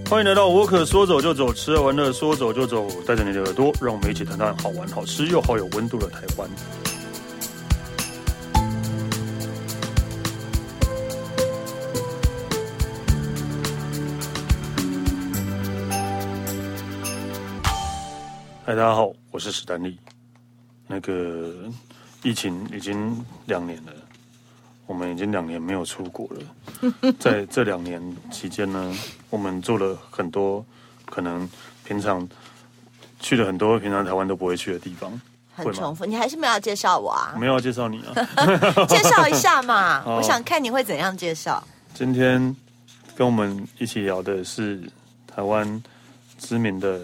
欢迎来到沃克，说走就走，吃喝玩乐说走就走，带着你的耳朵，让我们一起谈谈好玩、好吃又好有温度的台湾。嗨，大家好，我是史丹利。疫情已经2年了，我们已经2年没有出国了。在这2年期间呢，我们做了很多可能平常去了很多平常台湾都不会去的地方。 很重复，你还是没有要介绍我啊？ 没有要介绍你啊， 介绍一下嘛。我想看你会怎样介绍。 今天跟我们一起聊的是台湾知名的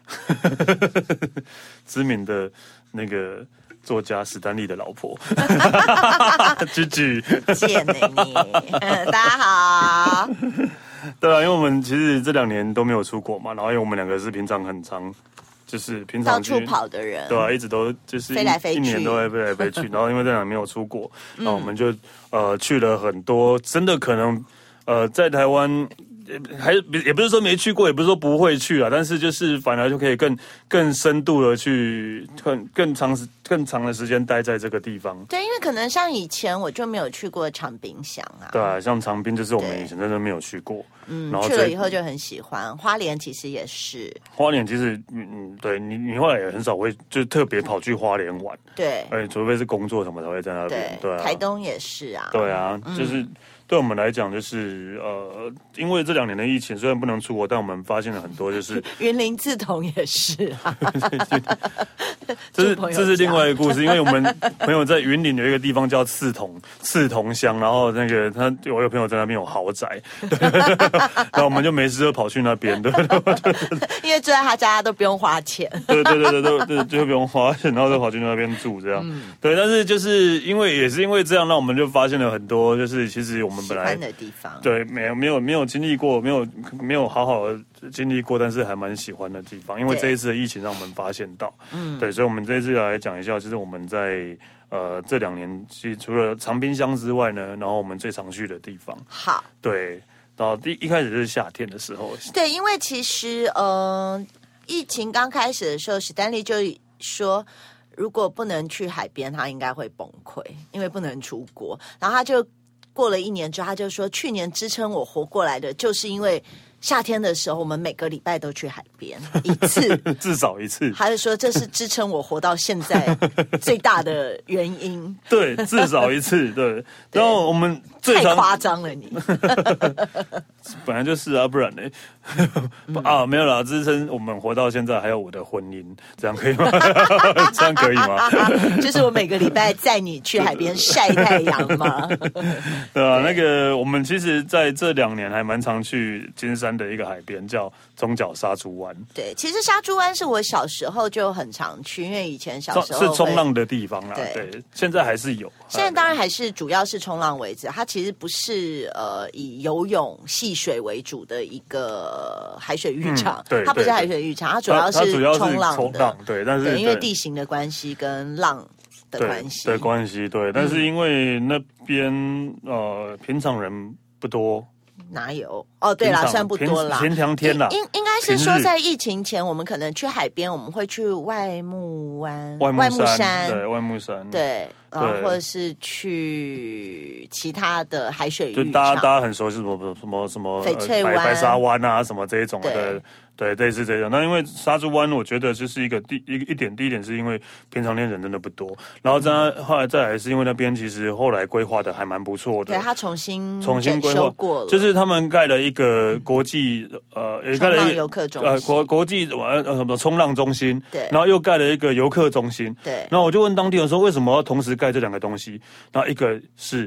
那个作家史丹利的老婆，居居， 见你，大家好。 对啊，因为我们其实这2年都没有出国嘛，然后因为我们2个是平常很常，就是平常到处跑的人， 对啊，一直都就是飞来飞去， 一年都会飞来飞去，然后因为这2年没有出国，然后我们就去了很多，真的可能在台湾。也不是说没去过，也不是说不会去啊，但是就是反而就可以更深度的去更长的时间待在这个地方。 对，因为可能像以前我就没有去过长滨乡啊。 对啊，像长滨就是我们以前真的没有去过。 然后去了以后就很喜欢。花莲其实也是。花莲其实对你后来也很少会就特别跑去花莲玩。 对。 除非是工作什么才会在那边。对啊。 台东也是啊。 对啊，就是。对我们来讲，就是因为这2年的疫情，虽然不能出国，但我们发现了很多，就是云林志同也是啊。 这是另外一个故事，因为我们朋友在云林有一个地方叫刺桐乡，然后我有朋友在那边有豪宅，然后我们就没事就跑去那边，对， 因为住在他家都不用花钱， 对，就不用花钱，然后就跑去那边住这样，对，但是就是也是因为这样，让我们就发现了很多，就是其实我们本来喜欢的地方， 对，没有经历过，没有好好的经历过，但是还蛮喜欢的地方，因为这一次的疫情让我们发现到，对，所以我们这一次来讲一下，就是我们在这2年，其实除了长滨乡之外呢，然后我们最常去的地方， 好， 对，然后一开始是夏天的时候， 对，因为其实疫情刚开始的时候，史丹利就说，如果不能去海边，他应该会崩溃，因为不能出国，然后他就。过了1年之后，他就说，去年支撑我活过来的，就是因为夏天的时候，我们每个礼拜都去海边1次， 至少1次。 他就说，这是支撑我活到现在最大的原因。 对，至少1次。对，然后我们太夸张了你， 本来就是啊，不然呢？没有啦，支撑我们活到现在，还有我的婚姻，这样可以吗？这样可以吗？ 就是我每个礼拜载你去海边晒太阳吗？ 对啊，我们其实在这2年还蛮常去金山的一个海边，叫中角沙猪湾。 对，其实沙猪湾是我小时候就很常去，因为以前小时候是冲浪的地方啦。对，现在还是有。 现在当然还是主要是冲浪为主，它其实不是以游泳戏水为主的一个海水浴场， 对， 它不是海水浴场，它主要是冲浪的， 对，但是因为地形的关系跟浪的关系， 对，但是因为那边平常人不多。 哪有哦？对啦，算不多啦。 前2天啦， 应该是说在疫情前，我们可能去海边，我们会去外木湾、 外木山，对，外木山， 对，或者是去其他的海水浴场， 就大家很熟悉什么翡翠湾、 白沙湾啊，什么这一种的。对，类似这种。那因为沙猪湾，我觉得就是第一点是因为平常天人真的不多，然后后来再来是因为那边其实后来规划的还蛮不错的。 对，他重新规划过了， 就是他们盖了一个国际也盖了一个游客中心国际什么冲浪中心， 对， 然后又盖了一个游客中心， 对。 然后我就问当地人说，为什么要同时盖这2个东西？然后一个是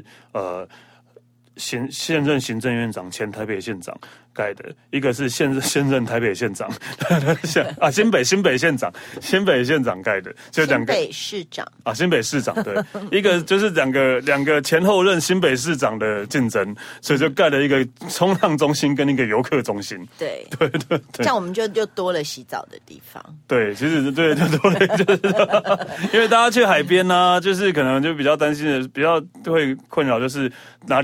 现任行政院长前台北县长盖的，一个是现任台北县长新北县长盖的，就2个。 新北市长新北市长对，一个就是两个前后任新北市长的竞争，所以就盖了一个冲浪中心跟一个游客中心。 对，这样我们就多了洗澡的地方。 对，其实对，就多了，就是因为大家去海边呢，就是可能就比较担心的，比较会困扰就是哪里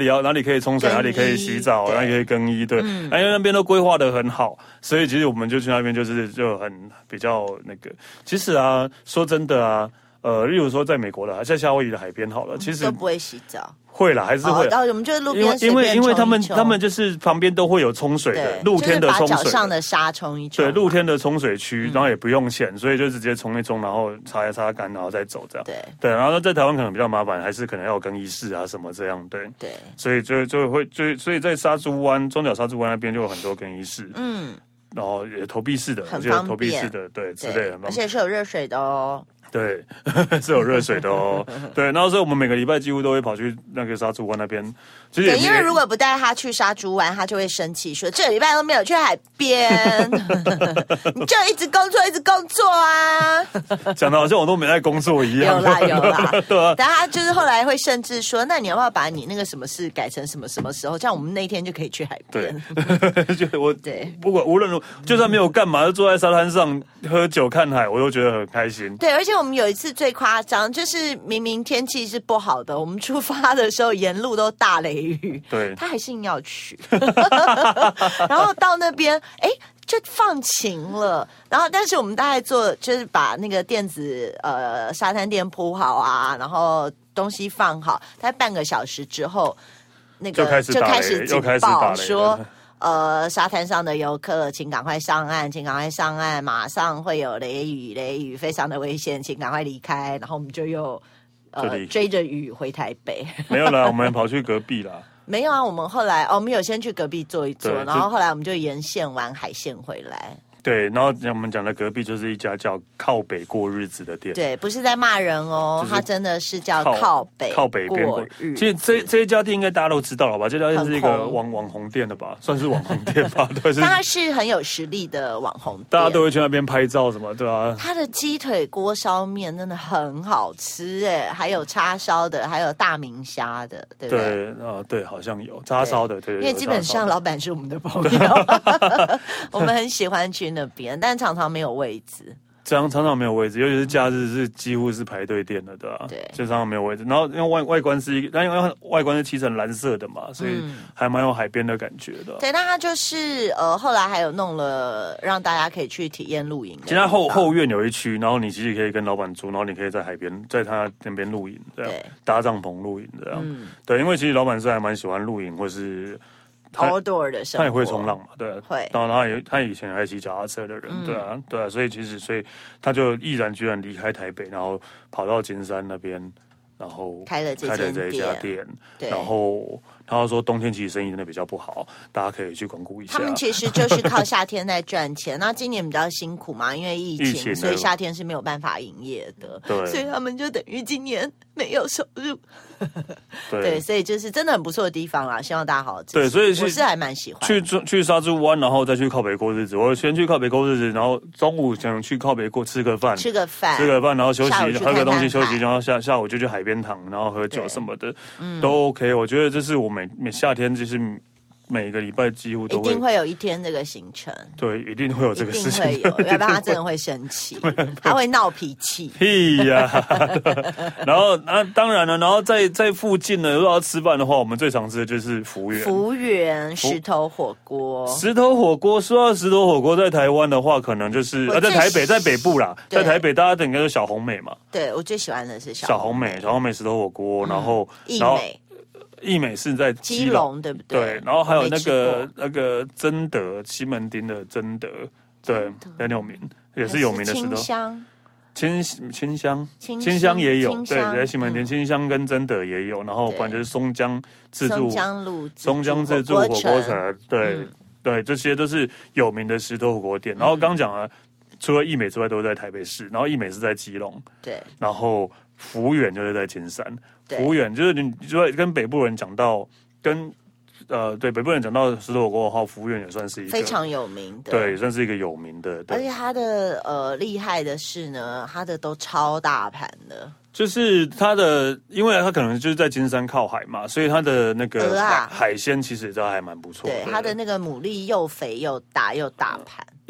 里可以冲水，哪里可以洗澡，哪里可以更衣，对，因为那边都规划得很好，所以其实我们就去那边就很比较那个。其实啊，说真的啊，例如说在美国的，在夏威夷的海边好了，其实都不会洗澡。 会啦，还是会。 然后我们就路边因为他们就是旁边都会有冲水的，露天的冲水， 把脚上的沙冲一冲。 对，露天的冲水区，然后也不用钱，所以就直接冲一冲，然后擦一擦干，然后再走这样。对，然后在台湾可能比较麻烦，还是可能要有更衣室啊什么这样。对，所以所以在沙猪湾中角沙猪湾那边就有很多更衣室。然后也投币式的，我觉得投币式的对之类的， 而且是有热水的哦。 对，是有热水的哦。对，然后所以我们每个礼拜几乎都会跑去那个沙猪湾那边。 对，因为如果不带他去沙猪湾，他就会生气，说这个礼拜都没有去海边，你就一直工作啊。 讲的好像我都没在工作一样。 有啦。对啊。但他就是后来会甚至说，那你要不要把你那个什么事改成什么时候，这样我们那天就可以去海边。 对，就我对，不管无论如何，就算没有干嘛，就坐在沙滩上喝酒看海，我都觉得很开心。 对，而且我们有一次最夸张，就是明明天气是不好的，我们出发的时候沿路都大雷雨， 对， 他还是硬要去，然后到那边，就放晴了，然后但是我们大概就是把那个电子沙滩垫铺好啊，然后东西放好，大概半个小时之后，那个就开始警报说。沙滩上的游客，请赶快上岸，马上会有雷雨非常的危险，请赶快离开。然后我们就又追着雨回台北。 没有啦，我们跑去隔壁啦。 没有啊，我们后来我们有先去隔壁坐一坐，然后后来我们就沿线玩海线回来。对， 然后我们讲的隔壁就是一家叫靠北过日子的店。 对，不是在骂人哦，它真的是叫靠北过日子。 其实这一家店应该大家都知道了吧？这家店是一个网红店的吧，算是网红店吧。对， 它是很有实力的网红店， 大家都会去那边拍照什么，对啊。 它的鸡腿锅烧面真的很好吃还有叉烧的，还有大明虾的，对不对？ 对，好像有叉烧的，对。 因为基本上老板是我们的朋友，我们很喜欢去那边，但常常没有位置。 常常没有位置，尤其是假日是几乎是排队店的，对吧？ 对， 就常常没有位置。然后因为外观是因为外观是漆成蓝色的嘛，所以还蛮有海边的感觉的。 对，那它就是后来还有弄了让大家可以去体验露营的。 其实后院有一区，然后你其实可以跟老板租，然后你可以在海边，在他那边露营，这样搭帐篷露营这样。对，因为其实老板是还蛮喜欢露营或是。 outdoor 的生活， 他也会冲浪嘛，对， 会。 然后他以前还骑脚踏车的人，对啊，所以他就毅然决然离开台北，然后跑到金山那边，然后开了这一家店，然后他说冬天其实生意真的比较不好，大家可以去光顾一下。 他们其实就是靠夏天在赚钱，那今年比较辛苦嘛，因为疫情，所以夏天是没有办法营业的， 对， 所以他们就等于今年没有收入。对，所以就是真的很不错的地方啦，希望大家好好支持。 对，所以我是还蛮喜欢去沙猪湾，然后再去靠北过日子。我先去靠北过日子，然后中午想去靠北过吃个饭，然后休息，喝个东西休息，然后下午就去海边躺，然后喝酒什么的，都 OK。我觉得这是我每夏天就是。每个礼拜几乎都一定会有一天这个行程， 对，一定会有这个事情， 一定会有，要不然他真的会生气，他会闹脾气。 屁呀！然后当然了，然后在附近呢，如果要吃饭的话，我们最常吃的就是福源石头火锅。 石头火锅，说到石头火锅，在台湾的话，可能就是在台北，在北部啦，在台北大家应该是小红美嘛。 对，我最喜欢的是小红美石头火锅，然后义美是在基隆，对不对？ 对，然后还有那个真德西门町的真德，对，很有名，也是有名的石头。清香也有，对，在西门町清香跟真德也有，然后不然就是松江自助火锅城，对，这些都是有名的石头火锅店。然后刚讲了，除了义美之外，都在台北市，然后义美是在基隆， 对， 然后福源就是在金山。福源就是你就会跟北部人讲到，对北部人讲到石头火锅的话，福源也算是一个非常有名的， 对，算是一个有名的。 而且它的厉害的是呢，它的都超大盘的， 就是它的，因为它可能就是在金山靠海嘛，所以它的那个海鲜其实都还蛮不错的。 对，它的那个牡蛎又肥又大又大盘。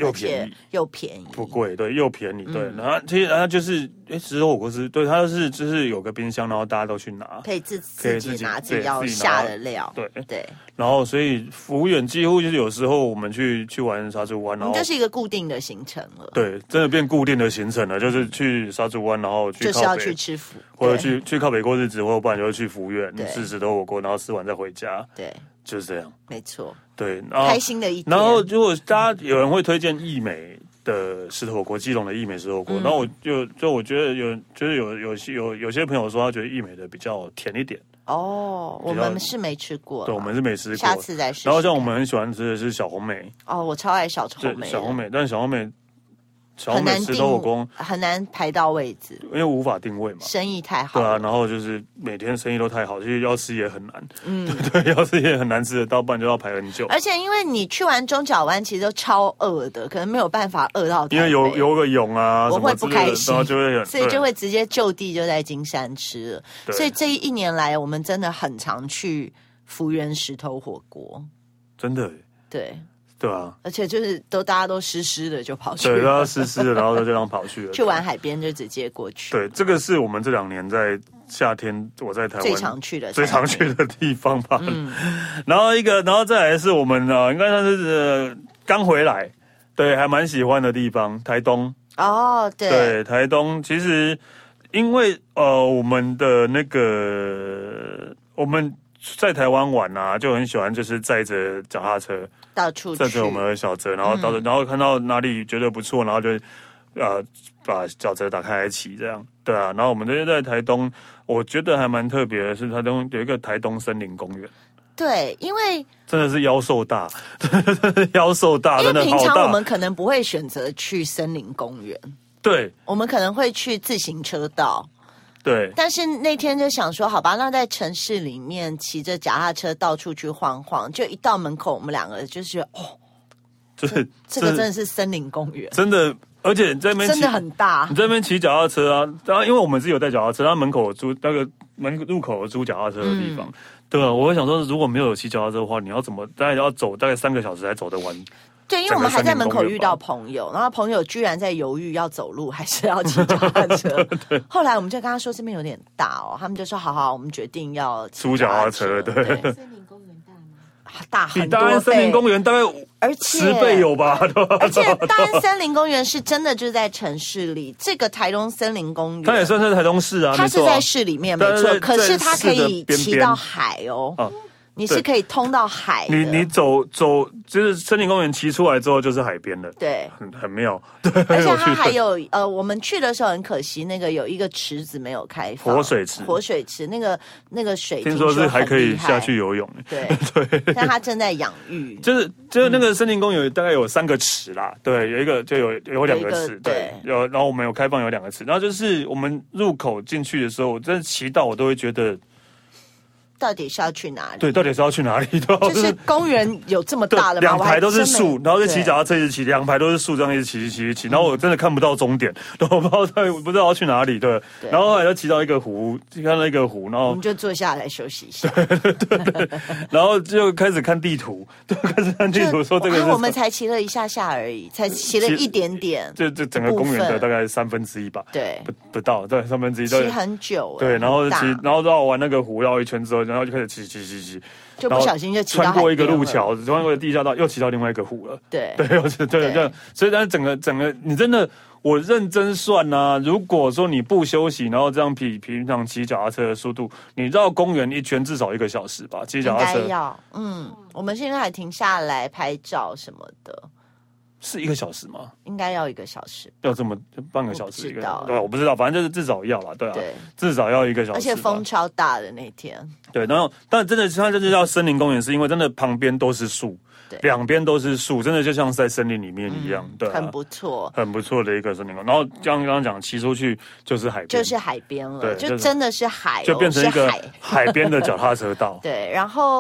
又便宜又便宜， 不贵，对，又便宜，对。然后其实它就是石头火锅是，对，它是就是有个冰箱，然后大家都去拿， 可以自己拿自己要下的料，对。 然后所以服务员几乎就是有时候我们去玩沙洲湾，然后就是一个固定的行程了， 对，真的变固定的行程了，就是去沙洲湾，然后去就是要去吃或者去靠北过日子，或者不然就是去服务员吃石头火锅，然后吃完再回家， 对， 就是这样， 没错， 对，然后开心的一天。 然后如果大家有人会推荐义美的石头火锅，基隆的义美石头火锅，然后我我觉得有些朋友说他觉得义美的比较甜一点。 哦，我们是没吃过， 对，我们是没吃过， 下次再试。 然后像我们很喜欢吃的是小红梅， 哦，我超爱小红梅， 小红梅，但小红梅石头火锅很难排到位置， 因为无法定位嘛， 生意太好。 对啊，然后就是每天生意都太好，其实要吃也很难，对，要吃也很难吃得到，不然就要排很久。 而且因为你去完中角湾，其实都超饿的，可能没有办法饿到台北， 因为游个泳啊， 我会不开心， 然后就会所以就会直接就地就在金山吃了。所以这一年来，我们真的很常去福源石头火锅， 真的，对啊， 而且就是大家都湿的就跑去了， 对，大家湿的，然后就这样跑去了， 去玩海边就直接过去。 对，这个是我们这2年在夏天我在台湾最常去的地方吧。然后再来是我们应该算是刚回来，对，还蛮喜欢的地方，台东。 哦，对， 台东其实因为我们的那个我们在台湾玩啊，就很喜欢就是载着脚踏车到处载着我们的小车，然后看到哪里觉得不错，然后就把脚车打开来骑这样，对啊。然后我们这些在台东，我觉得还蛮特别的是，台东有一个台东森林公园。 对，因为真的是妖兽大，妖兽大，真的好大。 因为平常我们可能不会选择去森林公园， 对， 我们可能会去自行车道。 对， 但是那天就想说，好吧，那在城市里面骑着脚踏车到处去晃晃，就一到门口，我们2个就是就是这个真的是森林公园， 真的，而且在那边真的很大。 你在那边骑脚踏车啊，然后因为我们是有带脚踏车，然后门口租那个门入口有租脚踏车的地方，对啊，我会想说，如果没有骑脚踏车的话，你要怎么大概要走大概3个小时才走得完？ 对，因为我们还在门口遇到朋友，然后朋友居然在犹豫要走路还是要骑脚踏车。后来我们就跟他说这边有点大哦，他们就说好，我们决定要租脚踏车。对， 森林公园大吗？ 大很多倍， 比大安森林公园大概而且 10倍有吧？ 而且大安森林公园是真的就是在城市里，这个台东森林公园， 它也算是台东市啊， 它是在市里面没错，可是它可以骑到海哦。你是可以通到海的， 你走，就是森林公园骑出来之后就是海边了， 对， 很妙，对， 而且它还有我们去的时候很可惜，那个有一个池子没有开放，活水池，那个水听说是还可以下去游泳， 对，但它正在养育， 就是那个森林公园大概有3个池啦，对，有一个就有2个池，对，然后我们有开放有2个池，然后就是我们入口进去的时候，真的骑到我都会觉得。 到底是要去哪里？ 对，到底是要去哪里？ 就是公园有这么大的吗？ 2排都是树，然后就骑脚踏车一直骑，2排都是树，这样一直骑，然后我真的看不到终点，然后不知道要去哪里，对。然后后来就骑到一个湖，看到一个湖，然后我们就坐下来休息一下， 对，然后就开始看地图，就开始看地图说这个， 我们才骑了一下而已，才骑了一点点， 就整个公园的大概1/3吧， 对， 不到，对1/3， 骑很久， 对，然后绕完那个湖绕一圈之后。然后就开始骑， 就不小心就骑到穿过一个路桥，穿过地下道，又骑到另外一个湖了。对，所以但是整个，你真的，我认真算啊，如果说你不休息，然后这样平常骑脚踏车的速度，你绕公园一圈至少1个小时吧，骑脚踏车。 应该要，我们现在还停下来拍照什么的。 是1个小时吗？ 应该要1个小时， 要这么半个小时 1个小时， 对，我不知道，反正就是至少要啦，对啊，至少要1个小时， 而且风超大的那天， 对，然后但真的它就是叫森林公园，是因为真的旁边都是树，2边都是树，真的就像是在森林里面一样，对， 很不错， 很不错的一个森林公园。然后刚刚讲骑出去就是海边， 就是海边了，就真的是海， 就变成一个海边的脚踏车道， 对，然后。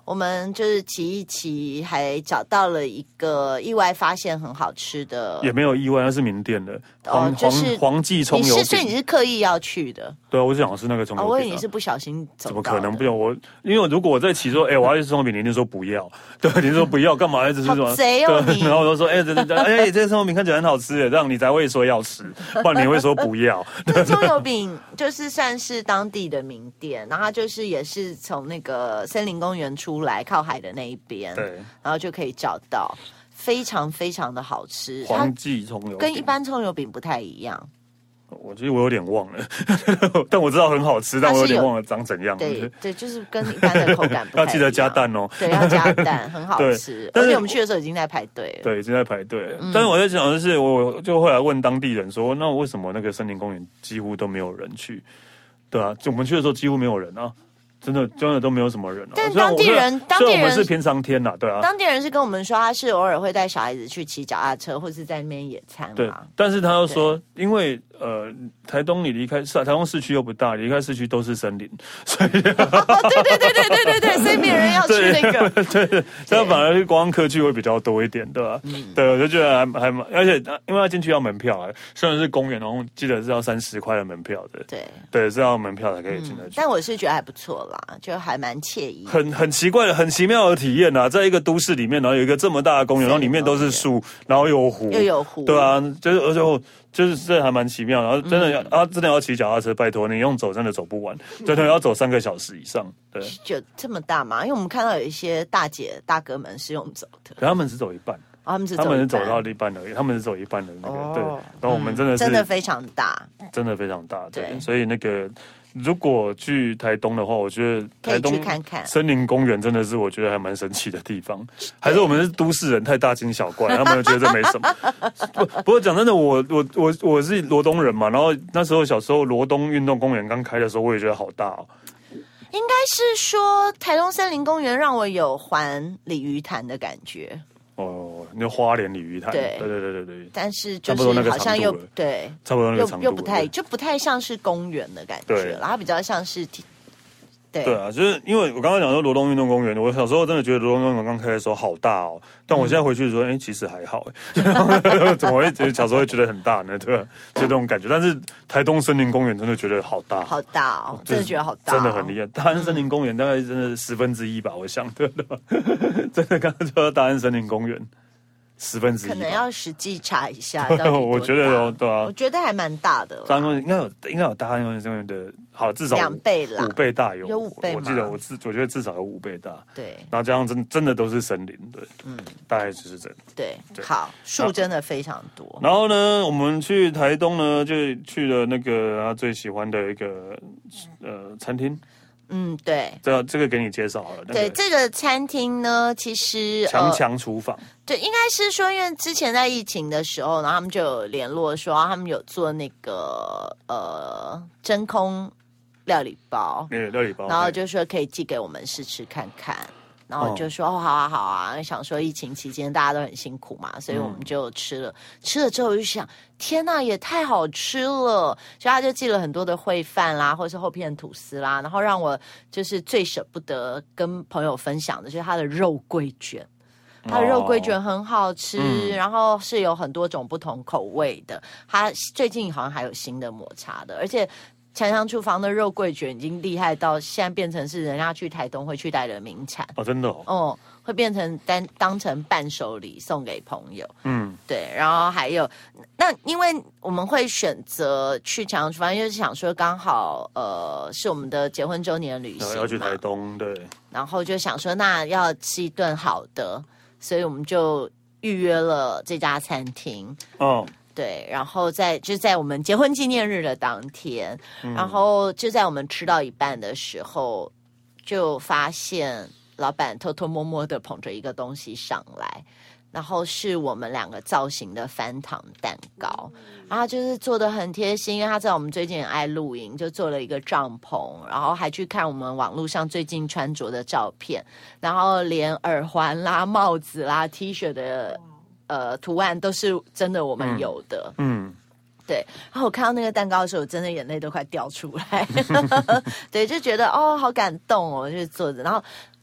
我们就是骑一骑，还找到了一个意外发现很好吃的， 也没有意外，那是名店的黄记葱油饼。 所以你是刻意要去的？ 对啊，我想的是那个葱油饼。 我以为你是不小心走到的。 怎么可能不用？因为如果我在骑说，我要去吃葱油饼，你一定说不要。对，你说不要干嘛？一直是什么？ 贼哦你！ 然后我就说，这个葱油饼看起来很好吃，这样你才会说要吃，不然你会说不要。 这葱油饼就是算是当地的名店，然后它就是也是从那个森林公园出来靠海的那一边， 对， 然后就可以找到，非常非常的好吃。 黄记葱油饼跟一般葱油饼不太一样。 我觉得我有点忘了，但我知道很好吃，但我有点忘了长怎样。 对，就是跟一般的口感不太一样。 要记得加蛋哦。 对，要加蛋，很好吃。而且我们去的时候已经在排队了。 对，已经在排队了。但是我在想的是，我就后来问当地人说，那为什么那个森林公园几乎都没有人去？对啊，就我们去的时候几乎没有人啊。真的都没有什么人啊。 但当地人我们是偏长天啦，对啊。 当地人是跟我们说，他是偶尔会带小孩子去骑脚踏车，或是在那边野餐。 对，但是他又说，因为台东你离开台东市区又不大，离开市区都是森林，所以对， 所以没有人要去那个。 对，这样反而是观光客去会比较多一点，对吧？对，我就觉得还蛮，而且因为他进去要门票啊，虽然是公园，然后记得是要30块的门票的，对，是要门票才可以进得去。 但我是觉得还不错啦，就还蛮惬意， 很奇怪的、很奇妙的体验啊！在一个都市里面，然后有一个这么大的公园，然后里面都是树，然后有湖， 又有湖， 对啊，而且就是这还蛮奇妙，然后真的要骑脚踏车，拜托你用走真的走不完，真的要走3个小时以上。对， 就这么大嘛？因为我们看到有一些大姐大哥们是用走的， 可他们只走一半。他们是走到一半而已，他们是走一半的那个，对。然后我们真的非常大， 真的非常大，对。所以那个如果去台东的话，我觉得台东看看森林公园真的是我觉得还蛮神奇的地方。还是我们是都市人太大惊小怪，他们觉得这没什么。不过讲真的，我是罗东人嘛，然后那时候小时候罗东运动公园刚开的时候，我也觉得好大哦。 应该是说台东森林公园让我有环鲤鱼潭的感觉。 哦，那花莲鲤鱼潭，对。 但是就是好像又对， 差不多那个长度， 又不太像是公园的感觉，然后比较像是对啊，就是因为我刚刚讲说罗东运动公园，我小时候真的觉得罗东运动公园刚开的时候好大哦，但我现在回去说，其实还好，怎么会小时候会觉得很大呢？对吧？就这种感觉。但是台东森林公园真的觉得好大， 好大哦，真的觉得好大， 真的很厉害。大安森林公园大概真的1/10吧，我想对吧？真的刚刚就到大安森林公园。1/10， 可能要实际查一下。 我觉得对啊， 我觉得还蛮大的。 大安公园应该有大安公园的，好至少 2倍啦 ，5倍大有 5倍吗？ 我记得我觉得至少有5倍大。 对， 然后加上真的都是森林，对，大概就是这样。 对，好，树真的非常多。 然后呢，我们去台东呢，就去了那个他最喜欢的一个餐厅。 对， 这个给你介绍好了。 对，这个餐厅呢，其实强厨房。 对，应该是说，因为之前在疫情的时候，然后他们就有联络说，他们有做那个真空料理包，然后就说可以寄给我们试吃看看。然后就说好啊，想说疫情期间大家都很辛苦嘛，所以我们就吃了之后我就想，天哪，也太好吃了！所以他就寄了很多的烩饭啦，或者是厚片吐司啦，然后让我就是最舍不得跟朋友分享的就是他的肉桂卷。它的肉桂卷很好吃，然后是有很多种不同口味的。它最近好像还有新的抹茶的，而且强厨房的肉桂卷已经厉害到现在变成是人家去台东会去带的名产哦，真的哦， 会变成当成伴手礼送给朋友。对，然后还有那因为我们会选择去强厨房，因为想说刚好是我们的结婚周年旅行， 要去台东，对， 然后就想说那要吃一顿好的。所以我们就预约了这家餐厅对，然后就在我们结婚纪念日的当天，然后就在我们吃到一半的时候，就发现老板偷偷摸摸的捧着一个东西上来，然后是我们2个造型的翻糖蛋糕，然后就是做的很贴心，因为他知道我们最近很爱露营，就做了一个帐篷，然后还去看我们网络上最近穿着的照片，然后连耳环啦、帽子啦、T 恤的图案都是真的我们有的。对，然后我看到那个蛋糕的时候，我真的眼泪都快掉出来。对，就觉得好感动哦，就是坐着，然后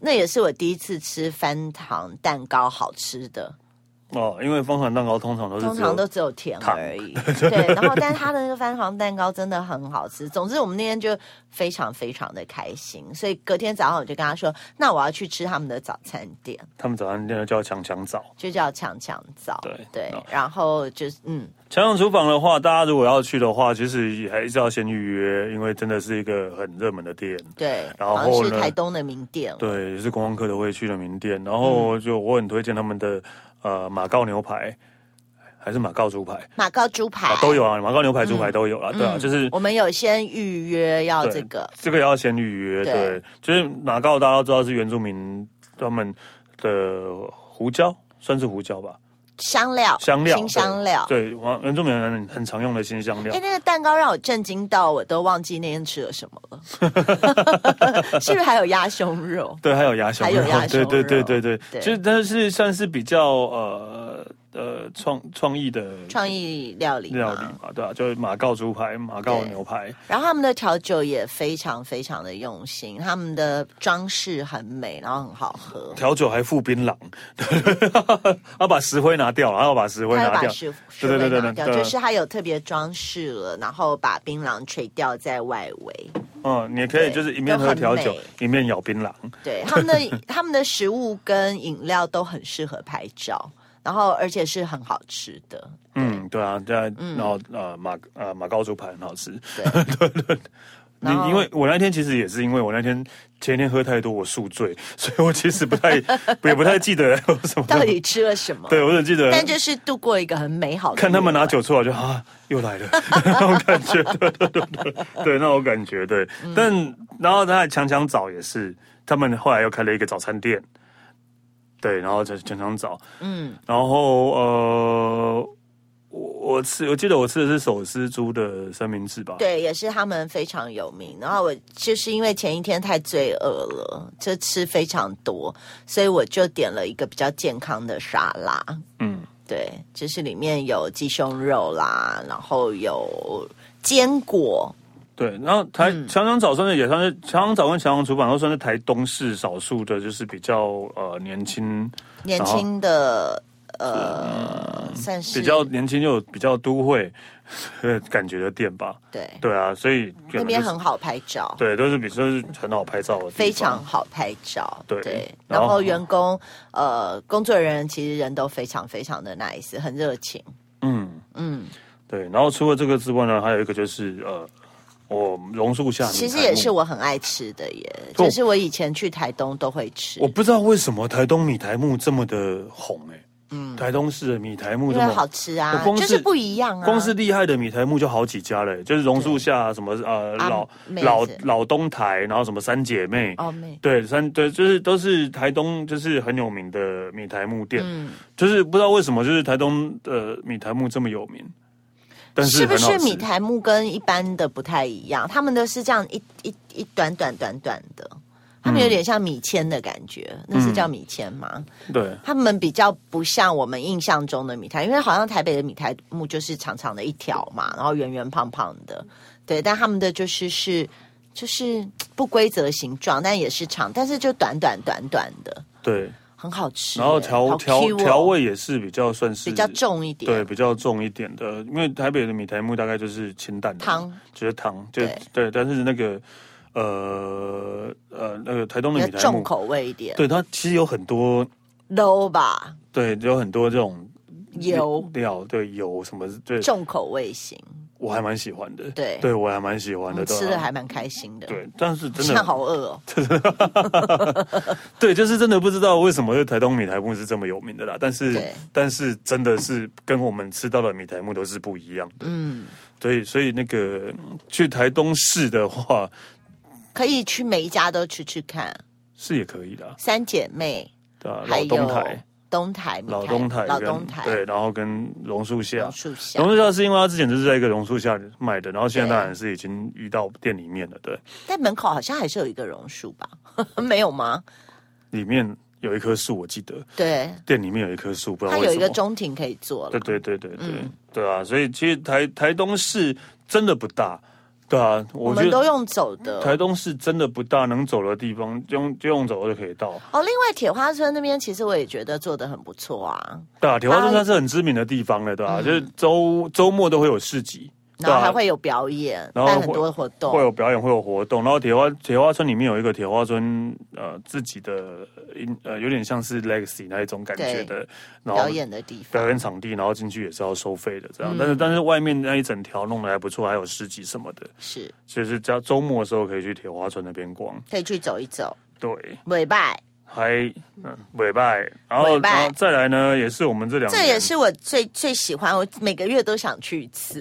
那也是我第一次吃番糖蛋糕好吃的。 哦，因为枫糖蛋糕通常都只有甜而已，对。然后，但是它的那个番糖蛋糕真的很好吃。总之，我们那天就非常非常的开心，所以隔天早上我就跟他说：“那我要去吃他们的早餐店。” 他们早餐店叫强强早， 就叫强强早。对。 哦、 然后就是强强厨房的话，大家如果要去的话，其实还是要先预约，因为真的是一个很热门的店。 对， 然后是台东的名店， 对，也是观光客都会去的名店。然后就我很推荐他们的。马告牛排还是马告猪排？ 马告猪排、 都有啊，马告牛排、猪排都有啦。对啊，就是我们有先预约要这个要先预约。对，就是马告大家都知道是原住民他们的胡椒，算是胡椒吧。 香料，新香料， 对，原住民人很常用的新香料。 那个蛋糕让我震惊到，我都忘记那天吃了什么了。是不是还有鸭胸肉？ 对，还有鸭胸肉，对。其实但是算是比较创意料理嘛，对啊，就是马告猪排、马告牛排。 然后他们的调酒也非常非常的用心，他们的装饰很美，然后很好喝。 调酒还附槟榔，要把石灰拿掉，然后把石灰拿掉。 对，就是它有特别装饰了，然后把槟榔垂吊在外围。 你也可以就是一面喝调酒，一面咬槟榔。 对，他们的食物跟饮料都很适合拍照。然后，而且是很好吃的。 对啊，然后马告猪排很好吃。 对。 因为我那天其实也是因为我那天前一天喝太多，我宿醉，所以我其实也不太记得有什么。 到底吃了什么？ 对，我只记得。 但就是度过一个很美好的。 看他们拿酒出来就又来了那种感觉，对，那种感觉对。然后他强强早也是，他们后来又开了一个早餐店。对，然后强强早，然后我记得我吃的是手撕猪的三明治吧？ 对，也是他们非常有名。然后我就是因为前一天太罪恶了，就吃非常多，所以我就点了一个比较健康的沙拉。对，就是里面有鸡胸肉啦，然后有坚果。 对，然后强强早算是也算是强强早跟强强厨房都算是台东市少数的，就是比较年轻的算是比较年轻又比较都会感觉的店吧。对啊，所以那边很好拍照。 对，都是很好拍照的地方， 非常好拍照。 对， 然后员工工作人员其实人都非常非常的 nice， 很热情。 对，然后除了这个之外呢，还有一个就是榕树下其实也是我很爱吃的耶，就是我以前去台东都会吃。 我不知道为什么台东米苔目这么的红台东市的米苔目这么好吃啊，就是不一样啊。 光是厉害的米苔目就好几家了，就是榕树下什么老东台，然后什么三姐妹对就是都是台东就是很有名的米苔目店，就是不知道为什么就是台东的米苔目这么有名。但是不是米苔目跟一般的不太一样？他们的是这样一短短的，他们有点像米签的感觉，那是叫米签吗？ 对， 他们比较不像我们印象中的米苔，因为好像台北的米苔目就是长长的一条嘛，然后圆圆胖胖的，对，但他们的就是不规则形状，但也是长，但是就短短的，对。很好吃， 然后调味也是比较算是比较重一点， 对，比较重一点的。因为台北的米苔目大概就是清淡的汤， 就是汤，对。但是那个那个台东的米苔目重口味一点， 对，它其实有很多 low 吧， 对，有很多这种油料，对，油什么对重口味型。 我还蛮喜欢的， 对， 我还蛮喜欢的， 吃的还蛮开心的， 对，但是真的现在好饿哦， 对，就是真的不知道为什么台东米苔目是这么有名的啦，但是真的是跟我们吃到的米苔目都是不一样的，所以那个去台东市的话， 可以去每一家都吃看， 是也可以的， 三姐妹， 老东台。老东台，对，然后跟榕树下是因为他之前就是在一个榕树下卖的，然后现在当然是已经移到店里面了，对。 但门口好像还是有一个榕树吧？没有吗？ 里面有一棵树，我记得。对，店里面有一棵树，不知道为什么。 它有一个中庭可以坐了。 对啊，所以其实台东市真的不大， 对啊， 我觉得们都用走的。 台东是真的不大，能走的地方就用走就可以到。 哦，另外铁花村那边其实我也觉得做得很不错啊。 对啊，铁花村它是很知名的地方了，对吧？就是周末都会有市集。 然后还会有表演， 然后办很多活动， 会有表演，会有活动。然后铁花村里面有一个铁花村自己的有点像是 Legacy 那一种感觉的，然后表演的地方， 表演场地，然后进去也是要收费的这样。但是外面那一整条弄得还不错，还有市集什么的。 是， 就是在周末的时候可以去铁花村那边逛， 可以去走一走。 对， 尾拜。 还尾拜，然后再来呢，也是我们这2年， 这也是我最喜欢，我每个月都想去一次。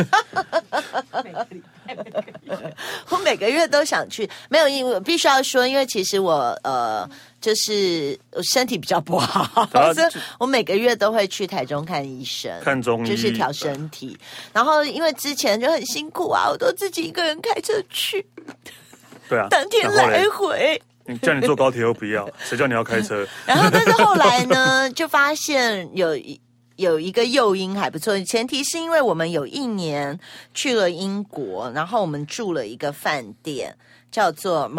我每个月都想去，没有，因为我必须要说，因为其实我就是我身体比较不好，所以我每个月都会去台中看医生， 看中医， 就是调身体。然后因为之前就很辛苦啊，我都自己一个人开车去， 对啊， 当天来回。 叫你坐高铁又不要，谁叫你要开车？ 然后，但是后来呢，就发现有一个诱因还不错，前提是因为我们有1年去了英国，然后我们住了一个饭店，叫做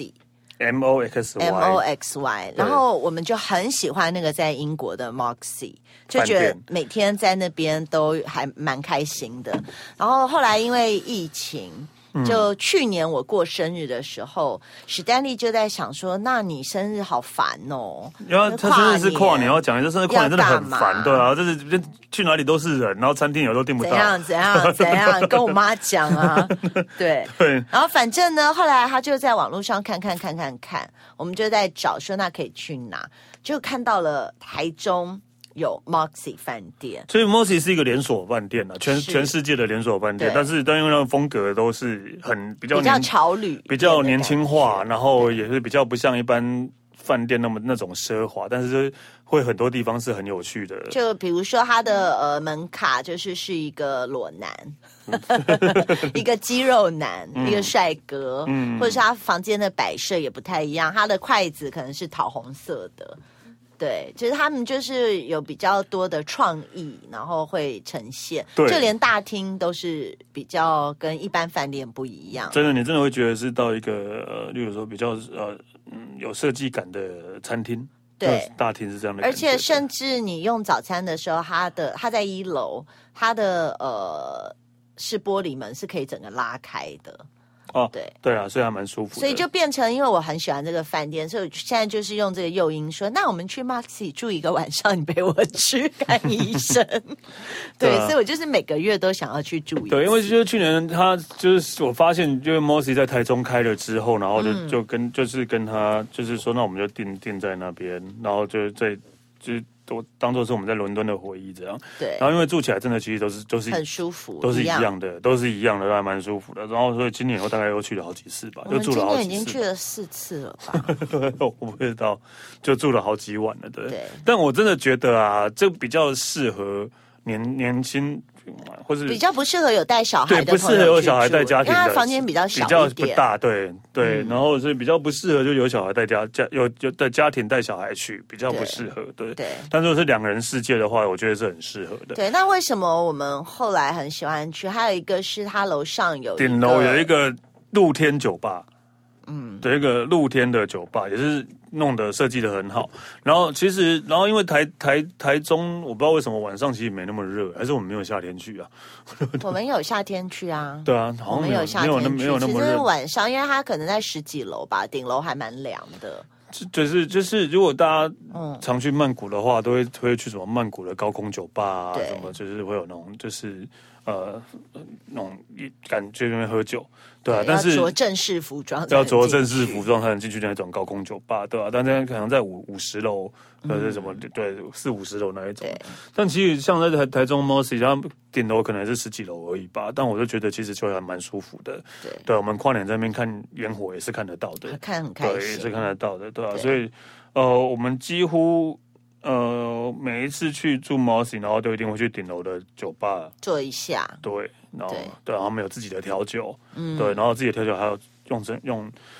Moxy，MOXY，然后我们就很喜欢那个在英国的 Moxy， 就觉得每天在那边都还蛮开心的。然后后来因为疫情。就去年我过生日的时候，史丹利就在想说：“那你生日好烦哦。” 然后他生日是跨年，要讲这生日跨年真的很烦，对啊，就是去哪里都是人，然后餐厅有时候订不到， 怎样，跟我妈讲啊，对。然后反正呢，后来他就在网络上看，我们就在找说那可以去哪，就看到了台中。有 Moxy 饭店， 所以 Moxy 是一个连锁饭店啊，全世界的连锁饭店，但因为那个风格都是比较潮旅， 比较年轻化，然后也是比较不像一般饭店那种奢华，但是会很多地方是很有趣的。 就比如说它的门卡是一个裸男，一个肌肉男，一个帅哥，或者是他房间的摆设也不太一样，他的筷子可能是桃红色的。对，其实他们就是有比较多的创意，然后会呈现，就连大厅都是比较跟一般饭店不一样。 真的，你真的会觉得是到一个例如说比较有设计感的餐厅。对，大厅是这样的感觉。 而且甚至你用早餐的时候，它在1楼，它的是玻璃门，是可以整个拉开的。 哦，对啊，所以还蛮舒服的。 所以就变成，因为我很喜欢这个饭店，所以现在就是用这个诱因说，那我们去 Moxy 住1个晚上，你陪我去看医生。对，所以我就是每个月都想要去住一次。 对，因为就是去年他就是我发现，就是 Moxy 在台中开了之后，然后就跟他就是说，那我们就定在那边，然后就都当做是我们在伦敦的回忆这样。 对。 然后因为住起来真的其实都是很舒服， 都是一样的，都还蛮舒服的。然后所以今年以后大概又去了好几次吧，就住了好几次。 今年已经去了4次了吧？ 我不知道，就住了好几晚了，对。但我真的觉得啊，这比较适合年轻。或是比较不适合有带小孩的朋友， 对，不适合有小孩带家庭的， 因为他房间比较小一点， 比较不大，对，然后所以比较不适合就有小孩带有的家庭带小孩去，比较不适合，对。但如果是2个人世界的话，我觉得是很适合的。 对，那为什么我们后来很喜欢去？还有一个是他楼上顶楼有一个露天酒吧，对，一个露天的酒吧也是弄得设计得很好。然后因为台中，我不知道为什么晚上其实没那么热，还是我们没有夏天去啊？ 我们有夏天去啊。 对啊，好像没有夏天去， 没有那么热。 其实晚上，因为它可能在10几楼吧，顶楼还蛮凉的。 就是如果大家常去曼谷的话，都会去什么曼谷的高空酒吧啊，什么就是会有那种就是那种感觉那边喝酒，对啊，但是要着正式服装才能进去那种高空酒吧，对啊，但是可能在50楼或者什么对40-50楼那一种，但其实像在台中 Moxy， 它顶楼可能是10几楼而已吧，但我就觉得其实就还蛮舒服的，对，我们跨年在那边看烟火也是看得到的， 看很开心， 对，也是看得到的，对啊，所以我们几乎。每一次去住 Moxy， 然后都一定会去顶楼的酒吧坐一下。 对，然后他们有自己的调酒，对，然后自己的调酒还有用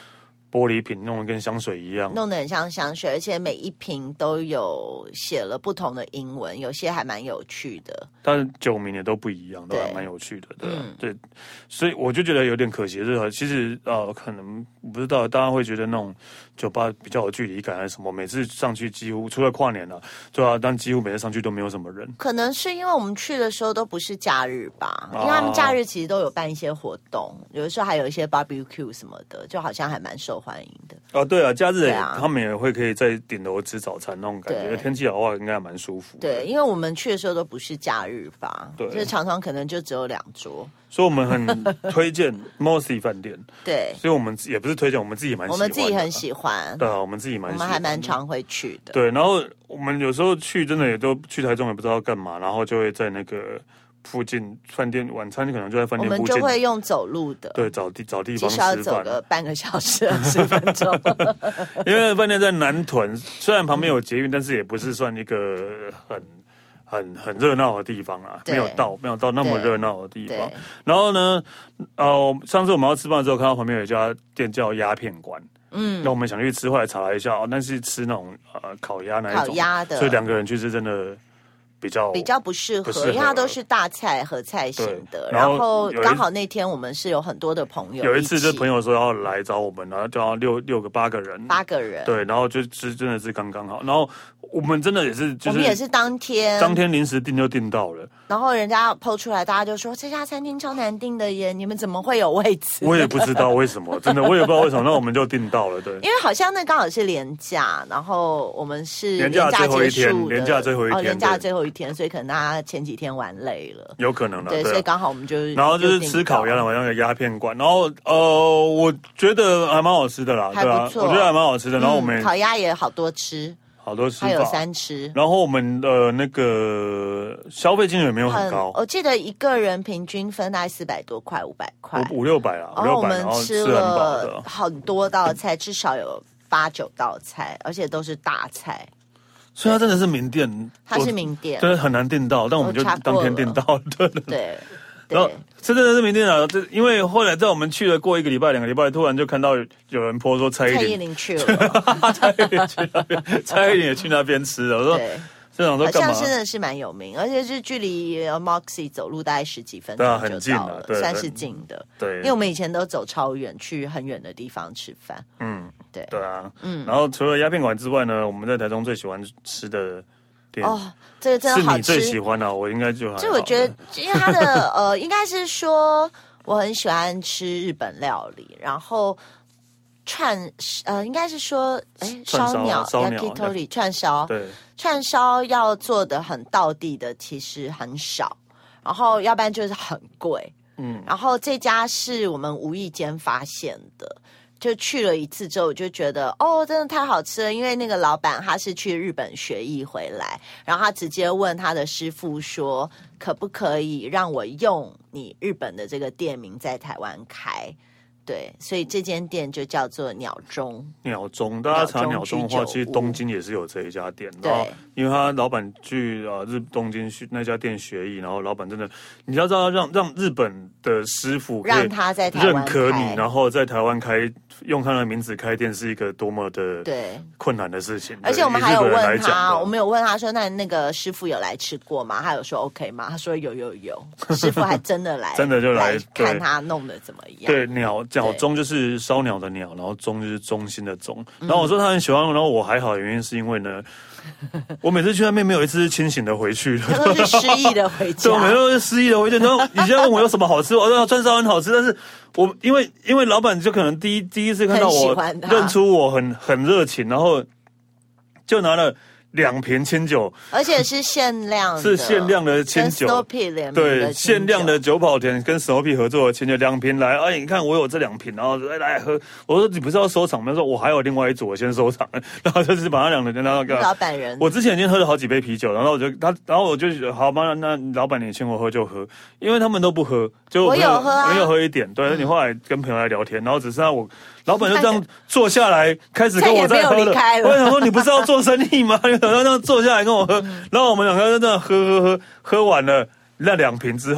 玻璃瓶弄得跟香水一样， 弄得很像香水，而且每一瓶都有写了不同的英文，有些还蛮有趣的。 但是酒名也都不一样，都还蛮有趣的，对，所以我就觉得有点可惜，就是其实可能不知道大家会觉得那种酒吧比较有距离感还是什么，每次上去几乎除了跨年了，对啊，但几乎每次上去都没有什么人。 可能是因为我们去的时候都不是假日吧，因为他们假日其实都有办一些活动，有的时候还有一些 barbecue 什么的，就好像还蛮受欢迎的。 对啊，假日他们也会可以在顶楼吃早餐那种感觉，天气好的话应该还蛮舒服的。 对，因为我们去的时候都不是假日吧， 对， 就是常常可能就只有2桌。 所以我们很推荐 Mossy 饭店。 对， 所以我们也不是推荐，我们自己蛮喜欢的。 我们自己很喜欢。 对啊，我们自己蛮喜欢的。 我们还蛮常会去的。 对，然后我们有时候去真的也都去台中也不知道干嘛，然后就会在那个附近饭店晚餐可能就在饭店附近， 我们就会用走路的， 对，找地方吃饭， 至少要走个半个小时20分钟。 因为饭店在南屯，虽然旁边有捷运，但是也不是算一个很热闹的地方啊，没有到那么热闹的地方。然后呢，上次我们要吃饭的时候，看到旁边有一家店叫鸦片馆。那我们想去吃，后来查了一下，但是吃那种烤鸭那一种， 烤鸭的， 所以2个人去是真的比较不适合，因为它都是大菜合菜型的。然后刚好那天我们是有很多的朋友， 有一次就朋友说要来找我们，然后就要8个人，对，然后就吃真的是刚刚好。然后我们真的也是， 我们也是当天临时订就订到了。 然后人家 PO 出来，大家就说这家餐厅超难订的耶，你们怎么会有位置？ 我也不知道为什么，真的我也不知道为什么，那我们就订到了，对。 因为好像那刚好是连假，然后我们是连假最后一天， 连假最后一天， 所以可能大家前几天玩累了， 有可能的， 对，所以刚好我们就然后就是吃烤鸭的，好像有鸦片馆，然后我觉得还蛮好吃的啦，对啊，我觉得还蛮好吃的。然后我们烤鸭也好多吃。还有3吃， 然后我们那个消费金额也没有很高， 我记得一个人平均分大概400多块，500块 ，500-600啦。 然后我们吃了很多道菜，至少有8-9道菜，而且都是大菜。 所以它真的是名店， 它是名店， 真的很难订到，但我们就当天订到， 对。 然后这真的是名店啊！因为后来在我们去了过1个礼拜、2个礼拜，突然就看到有人 po 说蔡依林去了， 蔡依林也去那边吃了。我说这种都干嘛？ 好像真的是蛮有名，而且是距离 Moxie 走路大概10几分钟就到了，算是近的。 对， 因为我们以前都走超远，去很远的地方吃饭。 对啊，然后除了鸦片馆之外呢，我们在台中最喜欢吃的。 这个真的好吃， 是你最喜欢的，我应该就我觉得，因为它的应该是说我很喜欢吃日本料理，然后应该是说烧鸟 yakitori 串烧， 对， 串烧要做的很道地的其实很少，然后要不然就是很贵，然后这家是我们无意间发现的。就去了1次之后，我就觉得真的太好吃了。因为那个老板他是去日本学艺回来，然后他直接问他的师傅说，可不可以让我用你日本的这个店名在台湾开？对，所以这间店就叫做鸟中。 大家查鸟中的话，其实东京也是有这一家店。 对， 因为他老板去东京那家店学艺，然后老板真的，你要知道让日本的师傅让他在台湾认可你，然后在台湾用他的名字开店是一个多么的困难的事情。 而且我们还有问他，我们有问他说，那个师傅有来吃过吗？他有说 OK 吗？他说有，师傅还真的来， 真的就来看他弄得怎么样。 对，鸟中就是烧鸟的鸟，然后中就是中心的中。然后我说他很喜欢，然后我还好的原因是因为呢，我每次去那边没有一次是清醒的回去的， 都是失忆的回家。 对，我每次都是失忆的回去。然后你现在问我有什么好吃，我说串烧很好吃，但是我因为老板就可能第一次看到我，认出我很热情，然后就拿了2瓶清酒， 而且是限量的， 是限量的清酒，对，限量的酒保田跟 Snoopy 合作的清酒2瓶来，你看我有这2瓶，然后来喝。我说你不是要收场吗？他说我还有另外一组，我先收场。然后就是把他2个，然后老板人，我之前已经喝了好几杯啤酒，然后我就好吧，那老板你请我喝就喝，因为他们都不喝，就我有喝啊， 没有喝一点。对，你后来跟朋友来聊天，然后只剩下我。老板就这样坐下来，开始跟我在喝了。我想说，你不是要做生意吗？然后这样坐下来跟我喝，然后我们2个就这样喝完了那2瓶之后，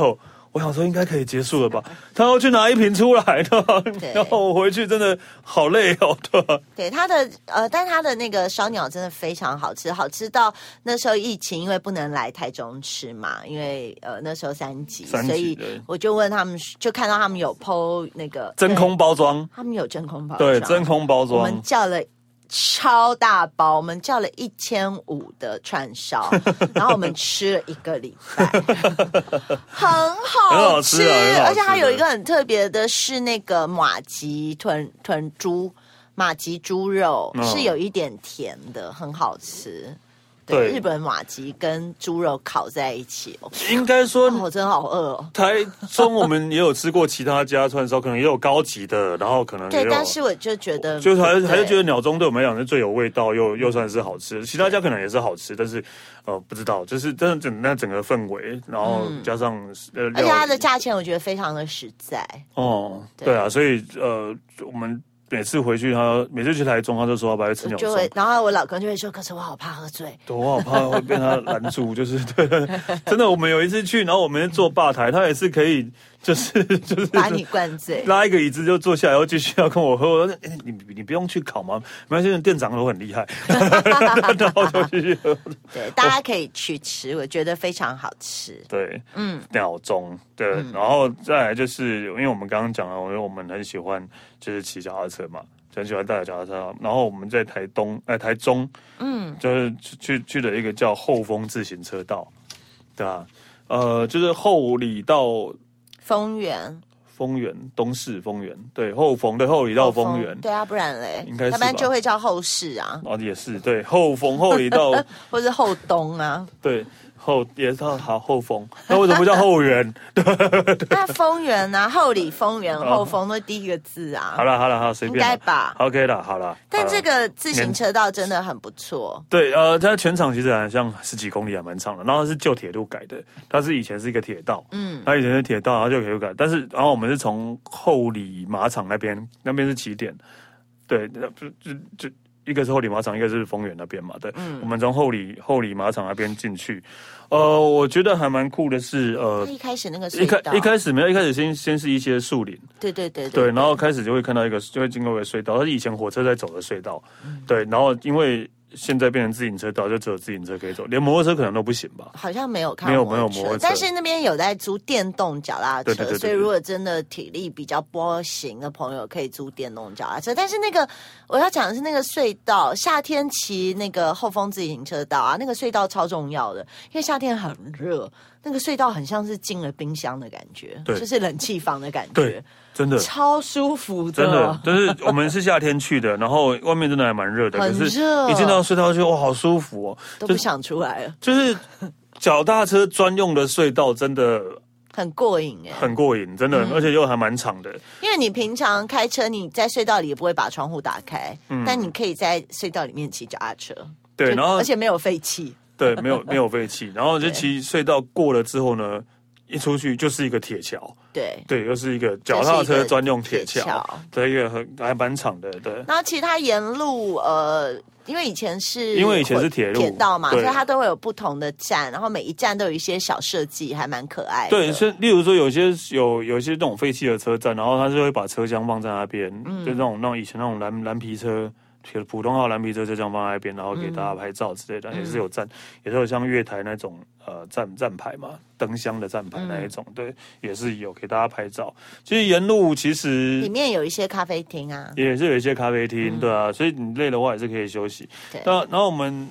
我想说应该可以结束了吧，他要去拿一瓶出来的，然后我回去真的好累哦，对吧？ 对他的但他的那个烧鸟真的非常好吃，好吃到那时候疫情，因为不能来台中吃嘛，因为那时候3级，所以我就问他们，就看到他们有 po 那个真空包装， 他们有真空包装， 对，真空包装， 我们叫了超大包，我们叫了1500的串烧，然后我们吃了1个礼拜，很好吃，而且它有一个很特别的是那个马吉豚猪马吉猪肉，是有一点甜的，很好吃。对，日本马吉跟猪肉烤在一起哦， 应该说， 我真的好饿哦。 台中我们也有吃过其他家串烧，可能也有高级的，然后可能对，但是我就觉得， 就是还是觉得鸟中对我们来讲是最有味道，又算是好吃。其他家可能也是好吃，但是不知道，就是真的整个氛围，然后加上而且它的价钱我觉得非常的实在。 哦，对啊，所以我们。每次回去每次去台中，他就说要不要吃鸟松， 然后我老公就会说，可是我好怕喝醉， 对，我好怕会被他拦住，就是对，真的，我们有一次去，然后我们坐吧台，他也是可以，就是把你灌醉， 拉一个椅子就坐下来，然后继续要跟我喝，我说你不用去考吗？没关系，店长都很厉害，然后就继续喝。 对，大家可以去吃，我觉得非常好吃。 对，鸟中对，然后再来就是因为我们刚刚讲了，因为我们很喜欢就是骑脚踏车嘛，很喜欢带脚踏车。然后我们在台中，就是去了一个叫后丰自行车道，对啊，就是后里到丰原东市丰原，对，后丰的后里到丰原， 对啊，不然嘞， 应该是， 要不然就会叫后市啊。 哦，也是，对，后丰后里到， 或是后东啊， 对。也是好后丰，那为什么不叫后园？ 那丰原啊，后里丰原后丰都第一个字啊。 好了，随便。 应该吧 ？OK 了，好了。 但这个自行车道真的很不错。 对，它全长其实好像10几公里，还蛮长的。然后它是旧铁路改的，它是以前是一个铁道，它以前是铁道，然后旧铁路改。但是，然后我们是从后里马场那边是起点，对，就。一个是后里马场，一个是丰原那边嘛，对，我们从后里马场那边进去，我觉得还蛮酷的是， 一开始那个隧道， 一开始没有，一开始先是一些树林， 对， 然后开始就会看到就会经过一个隧道，它是以前火车在走的隧道，对，然后因为现在变成自行车道，就只有自行车可以走，连摩托车可能都不行吧？ 好像没有看没有摩托车， 但是那边有在租电动脚踏车， 对， 所以如果真的体力比较不行的朋友，可以租电动脚踏车。但是那个我要讲的是那个隧道，夏天骑那个后丰自行车道啊，那个隧道超重要的，因为夏天很热，那个隧道很像是进了冰箱的感觉，就是冷气房的感觉。 对，真的超舒服的， 真的就是我们是夏天去的，然后外面真的还蛮热的， 很热， 可是一进到隧道就哇好舒服哦， 都不想出来了。 就是脚踏车专用的隧道，真的很过瘾哎， 很过瘾，真的，而且又还蛮长的。 因为你平常开车，你在隧道里也不会把窗户打开，但你可以在隧道里面骑脚踏车， 对，然后而且没有废气。 对，没有废气，然后就骑隧道过了之后呢，一出去就是一个铁桥，对，又是一个脚踏车专用铁桥，对，一个还蛮长的，对。 然后其他沿路因为以前是铁道嘛，所以它都会有不同的站，然后每一站都有一些小设计，还蛮可爱的。 对，是例如说有一些那种废弃的车站，然后它是会把车厢放在那边，就那种以前那种蓝皮车。普通号蓝皮车就这样放在那边，然后给大家拍照之类的，也是有站，也是有像月台那种站牌嘛，灯箱的站牌那一种，对，也是有给大家拍照。其实沿路其实里面有一些咖啡厅啊， 也是有一些咖啡厅，对啊，所以你累的话也是可以休息。对，然后我们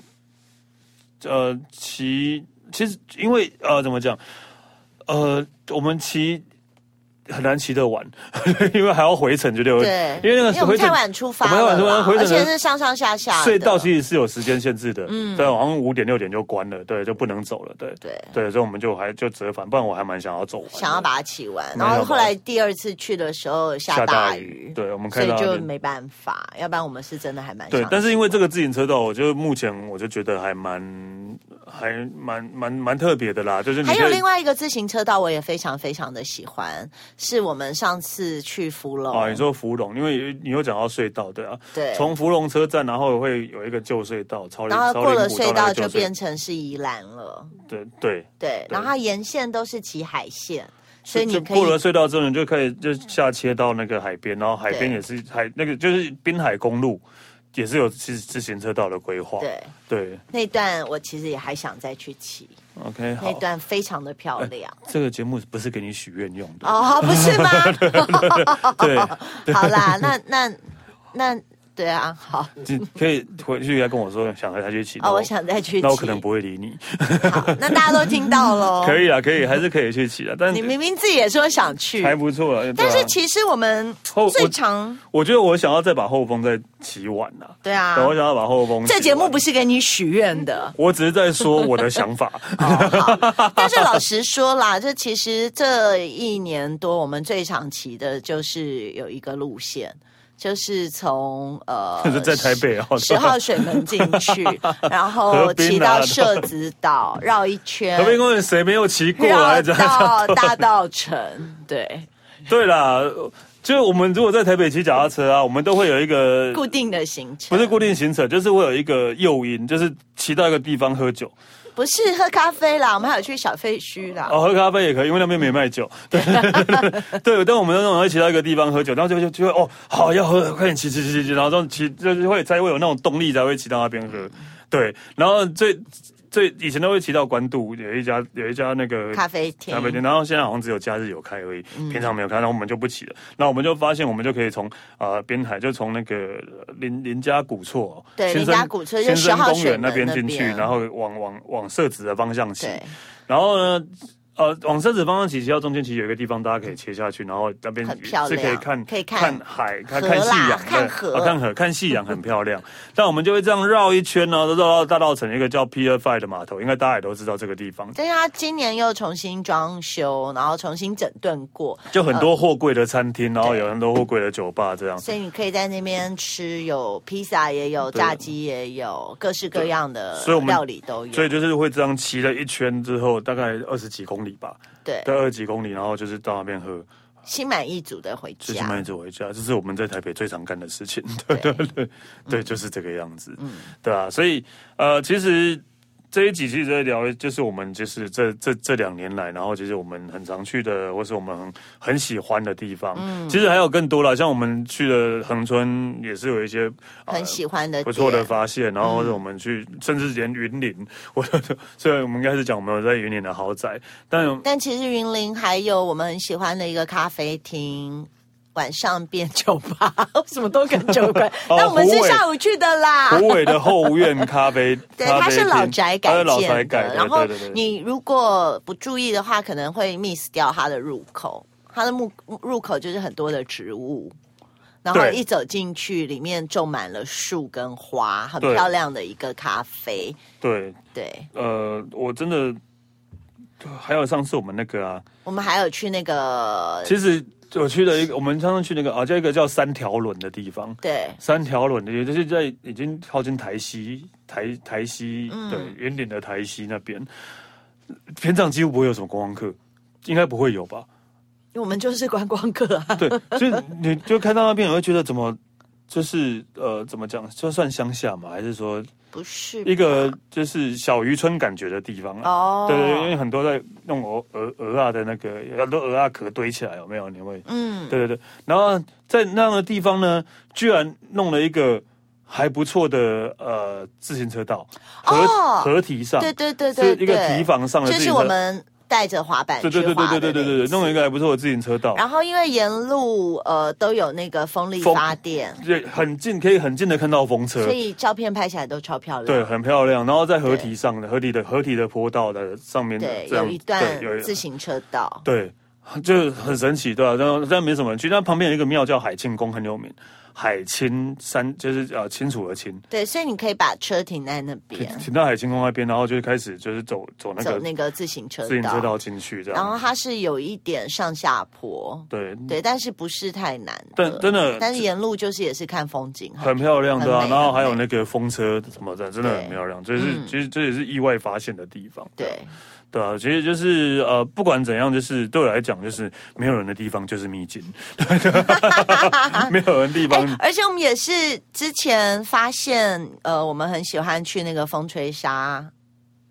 其实因为怎么讲，我们骑。很难骑得完，因为还要回程， 对， 因为那个我们太晚出发了，而且是上下。 隧道其实是有时间限制的，对，好像5点6点就关了，对，就不能走了，对，所以我们就折返，不然我还蛮想要走完， 想要把它骑完。然后后来第2次去的时候下大雨， 对，我们看到所以就没办法，要不然我们是真的还蛮对。但是因为这个自行车道，目前我就觉得还蛮特别的啦，就是还有另外一个自行车道，我也非常非常的喜欢。是我们上次去福隆啊，你说福隆，因为你有讲到隧道，对啊， 对， 从福隆车站，然后会有一个旧隧道， 然后过了隧道就变成是宜兰了， 对， 然后它沿线都是骑海线， 所以你可以过了隧道之后，你就可以就下切到那个海边，然后海边也是那个就是滨海公路。也是有自行车道的规划，对， 那段我其实也还想再去骑。 OK， 好， 那段非常的漂亮。 这个节目不是给你许愿用的哦，不是吗？ 对， 好啦，那对啊，好， 可以回去再跟我说想和他去骑。 我想再去骑， 那我可能不会理你。 好，那大家都听到喽。 可以啊，可以，还是可以去骑的。但你明明自己也说想去， 还不错啊。 但是其实我们最长， 我觉得我想要再把后峰再骑完啊。 对啊， 我想要把后峰。 这节目不是给你许愿的， 我只是在说我的想法。 好，但是老实说啦，这其实这1年多我们最常骑的就是有一个路线。就是从在台北 10号水门进去，然后骑到社子岛绕一圈。 河滨公园谁没有骑过来？绕到大稻埕，对。 对啦，就是我们如果在台北骑脚踏车啊，我们都会有一个固定的行程， 不是固定行程，就是会有一个诱因，就是骑到一个地方喝酒。 不是喝咖啡啦，我们还有去小废墟啦。 喝咖啡也可以，因为那边没卖酒。对，对，但我们那种会骑到一个地方喝酒，然后就会好要喝，快点骑，然后这种骑就是才会有那种动力才会骑到那边喝。对，然后最以前都会骑到关渡，有一家那个咖啡店， 然后现在好像只有假日有开而已，平常没有开，然后我们就不骑了。然后我们就发现，我们就可以从滨海，就从那个林家古厝， 对，林家古厝就10号公园那边进去，然后往社子的方向骑，然后呢。往社子方向骑到中间，其实有一个地方大家可以切下去，然后那边是可以看海、看夕阳、 看河、 看夕阳，很漂亮。但我们就会这样绕一圈呢，绕到大稻埕一个叫 Pier 5的码头，应该大家也都知道这个地方。 但是它今年又重新装修，然后重新整顿过， 就很多货柜的餐厅，然后有很多货柜的酒吧这样。 所以你可以在那边吃，有披萨也有，炸鸡也有，各式各样的料理都有。 所以就是会这样骑了一圈之后，大概20几公里吧。 对 ，20几公里，然后就是到那边喝， 心满意足的回家。 心满意足回家，这是我们在台北最常干的事情。对，就是这个样子。对啊，所以其实这一集其实在聊，就是我们就是这2年来，然后其实我们很常去的，或是我们很喜欢的地方。其实还有更多啦，像我们去的恒春也是有一些很喜欢的不错的发现，然后或者我们去，甚至连云林，虽然我们应该是讲我们有在云林的豪宅，但其实云林还有我们很喜欢的一个咖啡厅。晚上变酒吧，什么都跟酒关。那我们是下午去的啦。 虎尾的后院咖啡， 对，它是老宅改建的。 然后你如果不注意的话，可能会 miss 掉它的入口。它的入口就是很多的植物，然后一走进去，里面种满了树跟花，很漂亮的一个咖啡。 对，我真的还有上次我们那个啊， 我们还有去那个， 其实。我去了我们常常去那个叫一个叫3条轮的地方。 对 ，3条轮的，也就是在已经靠近台西，对，云林的台西那边，平常几乎不会有什么观光客，应该不会有吧？ 因为我们就是观光客啊。 对，所以你就开到那边，你会觉得怎么就是怎么讲，就算乡下嘛，还是说？ 不是一个就是小渔村感觉的地方啊，对，因为很多在弄鹅啊的那个，很多鹅啊壳堆起来，有没有？你会，对，然后在那样的地方呢，居然弄了一个还不错的自行车道，河堤上， 对， 是一个堤防上的自行车， 就是我们。带着滑板去滑的， 对，弄了一个还不错的自行车道。 然后因为沿路都有那个风力发电， 对，可以很近的看到风车， 所以照片拍起来都超漂亮。 对，很漂亮。然后在河堤上的河堤的坡道的上面， 对，有一段自行车道， 对，就很神奇，对吧？但没什么人去。但旁边有一个庙叫海清宫，很有名。海清山就是清楚的清， 对，所以你可以把车停在那边， 停到海清宫那边，然后就开始就是走那个自行车道进去这样。 然后它是有一点上下坡， 对， 但是不是太难的， 但真的， 但是沿路就是也是看风景， 很漂亮的啊。然后还有那个风车什么的，真的很漂亮。其实这也是意外发现的地方， 对。 对啊，其实就是不管怎样，就是对我来讲，就是没有人的地方就是秘境，没有人的地方。 而且我们也是之前发现，我们很喜欢去那个风吹沙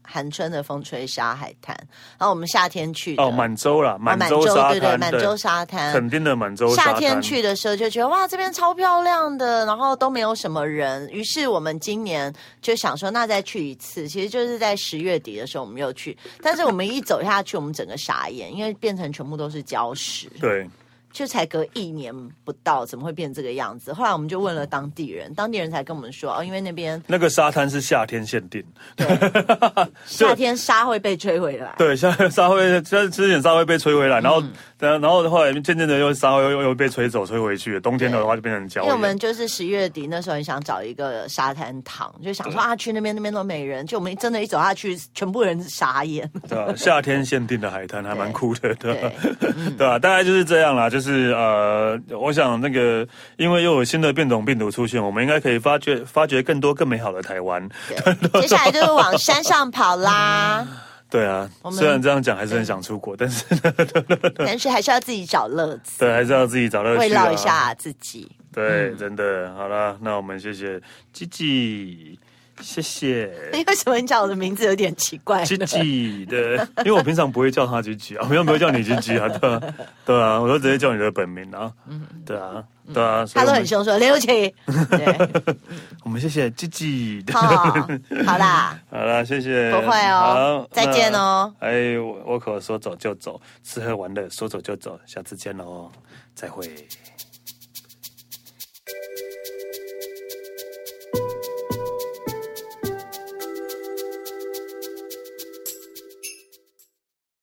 恒春的风吹沙海滩，然后我们夏天去的满洲啦，满洲沙滩， 对，满洲沙滩， 垦丁的满洲沙滩。 夏天去的时候就觉得哇，这边超漂亮的，然后都没有什么人，于是我们今年就想说，那再去一次，其实就是在10月底的时候我们又去，但是我们一走下去，我们整个傻眼，因为变成全部都是礁石。 对。 就才隔1年不到，怎么会变这个样子？后来我们就问了当地人，当地人才跟我们说，因为那个沙滩是夏天限定， 夏天沙会被吹回来。 对，沙会，之前沙会被吹回来，然后后来渐渐的又沙会又被吹走、吹回去，冬天的话就变成礁岩。 因为我们就是10月底那时候很想找一个沙滩躺，就想说去那边都没人，就我们真的一走下去，全部人傻眼。 对啊，夏天限定的海滩还蛮酷的，对啊，大概就是这样啦。就是我想因为又有新的变种病毒出现，我们应该可以发掘更多更美好的台湾。 接下来就是往山上跑啦。 对啊，虽然这样讲还是很想出国，但是还是要自己找乐子。 对，还是要自己找乐趣， 慰劳一下自己。 对，真的。好了，那我们谢谢吉吉。谢谢。 为什么你叫我的名字有点奇怪？ 吉吉的，因为我平常不会叫他吉吉啊，我平常不会叫你吉吉啊，对啊，我都直接叫你的本名啊，对啊。 他都很凶说刘琦。 我们谢谢吉吉。 好啦， 谢谢。 不会哦，再见哦。 我可说走就走，吃喝玩乐说走就走，下次见喽，再会。